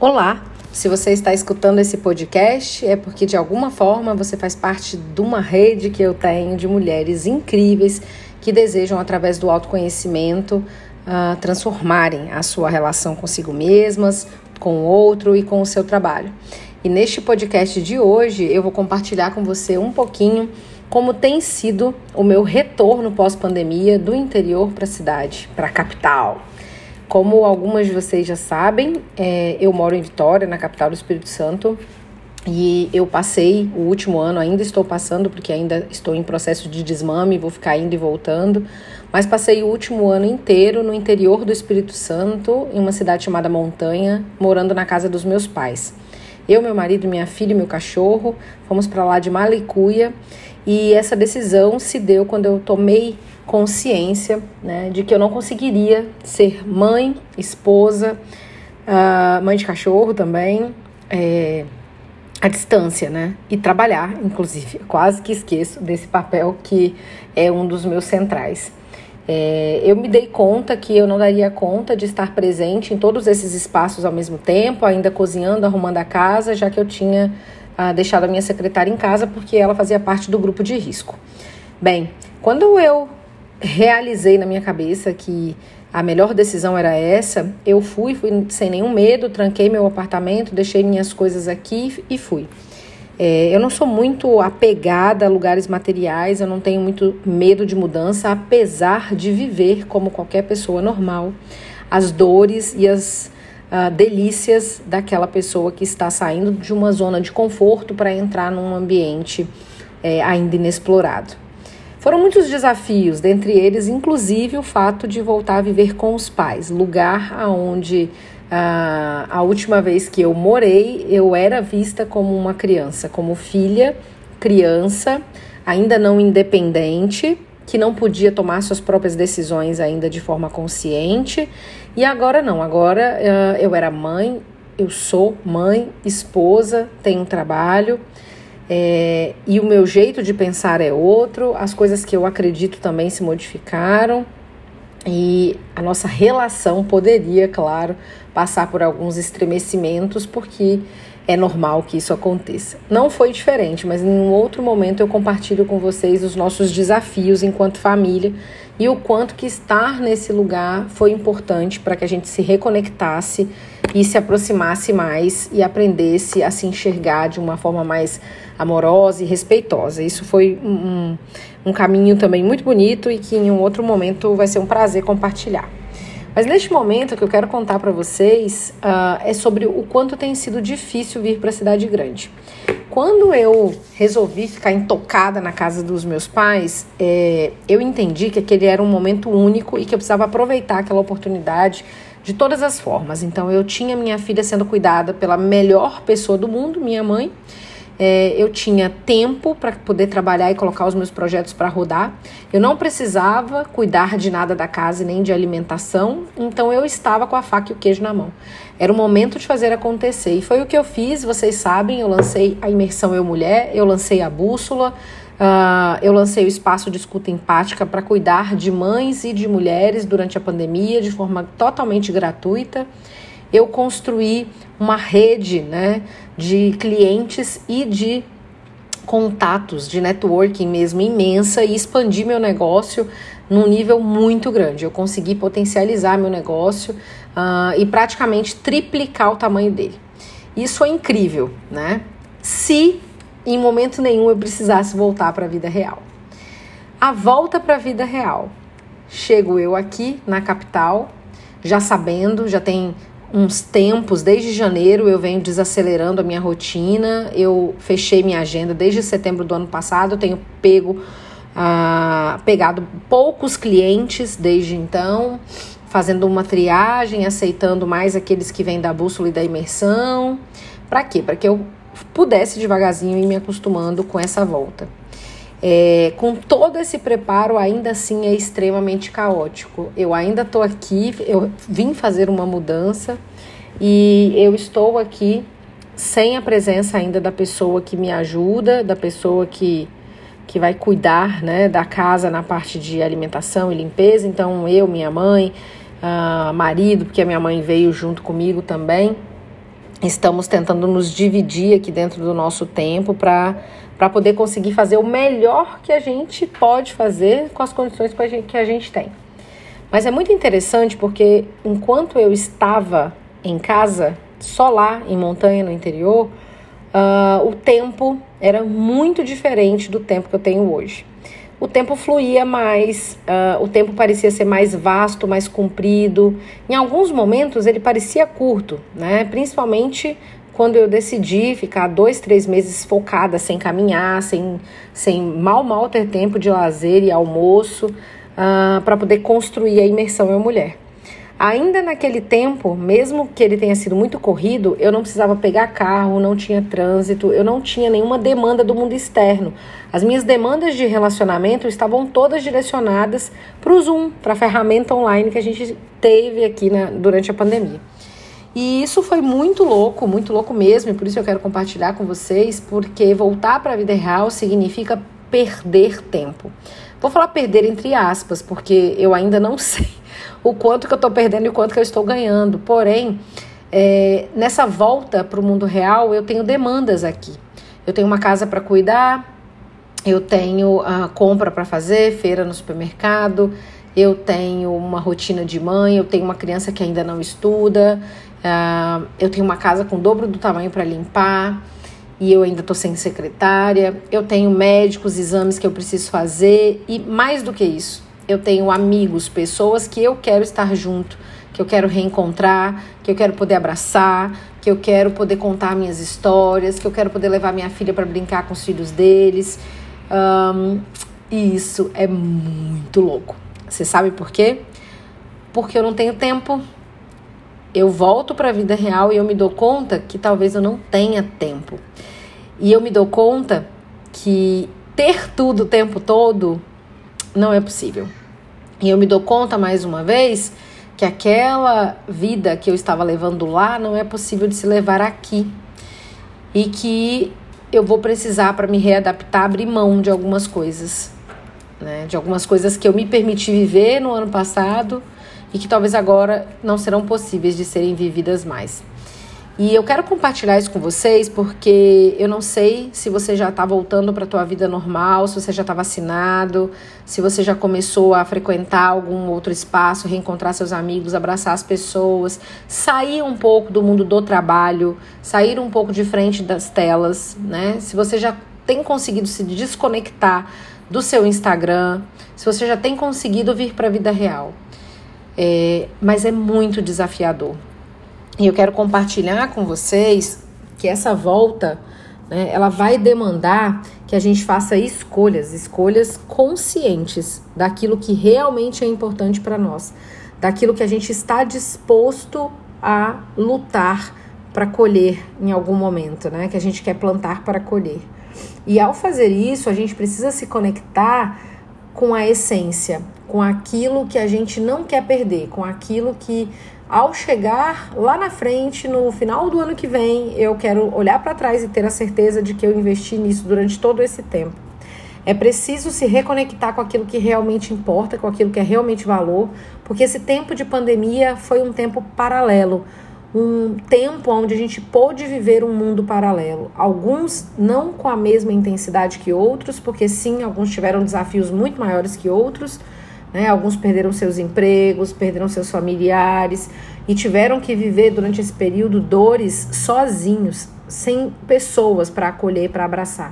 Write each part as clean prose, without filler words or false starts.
Olá! Se você está escutando esse podcast, é porque de alguma forma você faz parte de uma rede que eu tenho de mulheres incríveis que desejam, através do autoconhecimento, transformarem a sua relação consigo mesmas, com o outro e com o seu trabalho. E neste podcast de hoje eu vou compartilhar com você um pouquinho como tem sido o meu retorno pós-pandemia do interior para a cidade, para a capital. Como algumas de vocês já sabem, eu moro em Vitória, na capital do Espírito Santo, e eu passei o último ano, ainda estou passando, porque ainda estou em processo de desmame, vou ficar indo e voltando, mas passei o último ano inteiro no interior do Espírito Santo, em uma cidade chamada Montanha, morando na casa dos meus pais. Eu, meu marido, minha filha e meu cachorro, fomos para lá de Malicuia, e essa decisão se deu quando eu tomei consciência, né, de que eu não conseguiria ser mãe, esposa, mãe de cachorro também, à distância, né, e trabalhar, inclusive. Quase que esqueço desse papel que é um dos meus centrais. Eu me dei conta que eu não daria conta de estar presente em todos esses espaços ao mesmo tempo, ainda cozinhando, arrumando a casa, já que eu tinha deixado a minha secretária em casa porque ela fazia parte do grupo de risco. Bem, quando eu realizei na minha cabeça que a melhor decisão era essa, eu fui sem nenhum medo, tranquei meu apartamento, deixei minhas coisas aqui e fui. Eu não sou muito apegada a lugares materiais, eu não tenho muito medo de mudança, apesar de viver como qualquer pessoa normal, as dores e as delícias daquela pessoa que está saindo de uma zona de conforto para entrar num ambiente ainda inexplorado. Foram muitos desafios, dentre eles, inclusive, o fato de voltar a viver com os pais, lugar onde a última vez que eu morei, eu era vista como uma criança, como filha, criança, ainda não independente, que não podia tomar suas próprias decisões ainda de forma consciente, e agora não, agora eu era mãe, eu sou mãe, esposa, tenho um trabalho, e o meu jeito de pensar é outro, as coisas que eu acredito também se modificaram, e a nossa relação poderia, claro, passar por alguns estremecimentos, porque é normal que isso aconteça. Não foi diferente, mas em um outro momento eu compartilho com vocês os nossos desafios enquanto família e o quanto que estar nesse lugar foi importante para que a gente se reconectasse e se aproximasse mais e aprendesse a se enxergar de uma forma mais amorosa e respeitosa. Isso foi um caminho também muito bonito e que em um outro momento vai ser um prazer compartilhar. Mas neste momento o que eu quero contar para vocês é sobre o quanto tem sido difícil vir para a cidade grande. Quando eu resolvi ficar intocada na casa dos meus pais, eu entendi que aquele era um momento único e que eu precisava aproveitar aquela oportunidade de todas as formas. Então eu tinha minha filha sendo cuidada pela melhor pessoa do mundo, minha mãe. Eu tinha tempo para poder trabalhar e colocar os meus projetos para rodar. Eu não precisava cuidar de nada da casa e nem de alimentação, então eu estava com a faca e o queijo na mão. Era o momento de fazer acontecer e foi o que eu fiz, vocês sabem, eu lancei a Imersão Eu Mulher, eu lancei a Bússola, eu lancei o Espaço de Escuta Empática para cuidar de mães e de mulheres durante a pandemia de forma totalmente gratuita. Eu construí uma rede, né, de clientes e de contatos, de networking mesmo imensa e expandi meu negócio num nível muito grande. Eu consegui potencializar meu negócio e praticamente triplicar o tamanho dele. Isso é incrível, né? Se em momento nenhum eu precisasse voltar para a vida real. A volta para a vida real. Chego eu aqui na capital, já sabendo, já tem uns tempos, desde janeiro eu venho desacelerando a minha rotina, eu fechei minha agenda desde setembro do ano passado, eu tenho pegado poucos clientes desde então, fazendo uma triagem, aceitando mais aqueles que vêm da Bússola e da Imersão. Para quê? Para que eu pudesse devagarzinho ir me acostumando com essa volta. Com todo esse preparo, ainda assim é extremamente caótico. Eu ainda estou aqui, eu vim fazer uma mudança e eu estou aqui sem a presença ainda da pessoa que me ajuda, da pessoa que vai cuidar, né, da casa na parte de alimentação e limpeza. Então eu, minha mãe, marido, porque a minha mãe veio junto comigo também. estamos tentando nos dividir aqui dentro do nosso tempo para poder conseguir fazer o melhor que a gente pode fazer com as condições que a gente tem. Mas é muito interessante porque enquanto eu estava em casa, só lá em Montanha, no interior, o tempo era muito diferente do tempo que eu tenho hoje. O tempo fluía mais, o tempo parecia ser mais vasto, mais comprido. Em alguns momentos ele parecia curto, né? Principalmente quando eu decidi ficar 2-3 meses focada, sem caminhar, sem mal ter tempo de lazer e almoço, para poder construir a imersão em mulher. Ainda naquele tempo, mesmo que ele tenha sido muito corrido, eu não precisava pegar carro, não tinha trânsito, eu não tinha nenhuma demanda do mundo externo. As minhas demandas de relacionamento estavam todas direcionadas para o Zoom, para a ferramenta online que a gente teve aqui durante a pandemia. E isso foi muito louco mesmo, e por isso eu quero compartilhar com vocês, porque voltar para a vida real significa perder tempo. Vou falar perder entre aspas, porque eu ainda não sei o quanto que eu estou perdendo e o quanto que eu estou ganhando. Porém, nessa volta para o mundo real, eu tenho demandas aqui. Eu tenho uma casa para cuidar, eu tenho a compra para fazer, feira no supermercado, eu tenho uma rotina de mãe, eu tenho uma criança que ainda não estuda, eu tenho uma casa com o dobro do tamanho para limpar e eu ainda estou sem secretária, eu tenho médicos, exames que eu preciso fazer e mais do que isso, eu tenho amigos, pessoas que eu quero estar junto, que eu quero reencontrar, que eu quero poder abraçar, que eu quero poder contar minhas histórias, que eu quero poder levar minha filha para brincar com os filhos deles. E isso é muito louco. Você sabe por quê? Porque eu não tenho tempo. Eu volto para a vida real e eu me dou conta que talvez eu não tenha tempo. E eu me dou conta que ter tudo o tempo todo não é possível. E eu me dou conta mais uma vez que aquela vida que eu estava levando lá não é possível de se levar aqui. E que eu vou precisar, para me readaptar, abrir mão de algumas coisas, né? De algumas coisas que eu me permiti viver no ano passado e que talvez agora não serão possíveis de serem vividas mais. E eu quero compartilhar isso com vocês porque eu não sei se você já está voltando para a tua vida normal, se você já está vacinado, se você já começou a frequentar algum outro espaço, reencontrar seus amigos, abraçar as pessoas, sair um pouco do mundo do trabalho, sair um pouco de frente das telas, né? Se você já tem conseguido se desconectar do seu Instagram, se você já tem conseguido vir para a vida real. Mas é muito desafiador. E eu quero compartilhar com vocês que essa volta, né, ela vai demandar que a gente faça escolhas conscientes daquilo que realmente é importante para nós, daquilo que a gente está disposto a lutar para colher em algum momento, né, que a gente quer plantar para colher. E ao fazer isso, a gente precisa se conectar com a essência, com aquilo que a gente não quer perder, com aquilo que ao chegar lá na frente, no final do ano que vem, eu quero olhar para trás e ter a certeza de que eu investi nisso durante todo esse tempo. É preciso se reconectar com aquilo que realmente importa, com aquilo que é realmente valor, porque esse tempo de pandemia foi um tempo paralelo, um tempo onde a gente pôde viver um mundo paralelo. Alguns não com a mesma intensidade que outros, porque sim, alguns tiveram desafios muito maiores que outros, né? Alguns perderam seus empregos, perderam seus familiares e tiveram que viver durante esse período dores sozinhos, sem pessoas para acolher, para abraçar.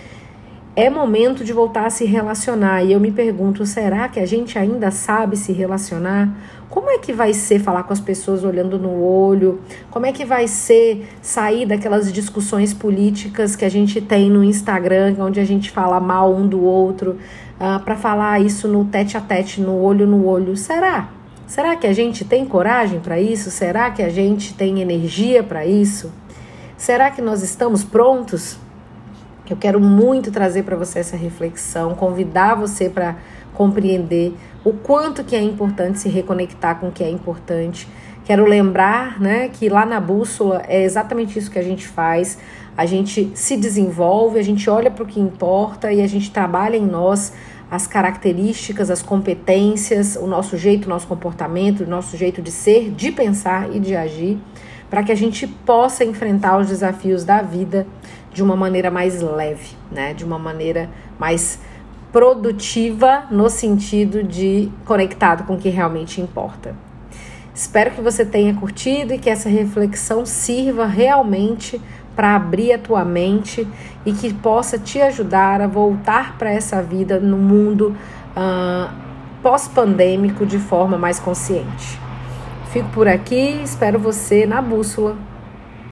É momento de voltar a se relacionar e eu me pergunto, será que a gente ainda sabe se relacionar? Como é que vai ser falar com as pessoas olhando no olho? Como é que vai ser sair daquelas discussões políticas que a gente tem no Instagram, onde a gente fala mal um do outro, para falar isso no tete a tete, no olho no olho? Será? Será que a gente tem coragem para isso? Será que a gente tem energia para isso? Será que nós estamos prontos? Eu quero muito trazer para você essa reflexão, convidar você para compreender o quanto que é importante se reconectar com o que é importante. Quero lembrar, né, que lá na Bússola é exatamente isso que a gente faz. A gente se desenvolve, a gente olha para o que importa e a gente trabalha em nós as características, as competências, o nosso jeito, o nosso comportamento, o nosso jeito de ser, de pensar e de agir, para que a gente possa enfrentar os desafios da vida de uma maneira mais leve, né? De uma maneira mais produtiva, no sentido de conectado com o que realmente importa. Espero que você tenha curtido e que essa reflexão sirva realmente para abrir a tua mente e que possa te ajudar a voltar para essa vida no mundo pós-pandêmico de forma mais consciente. Fico por aqui, espero você na Bússola.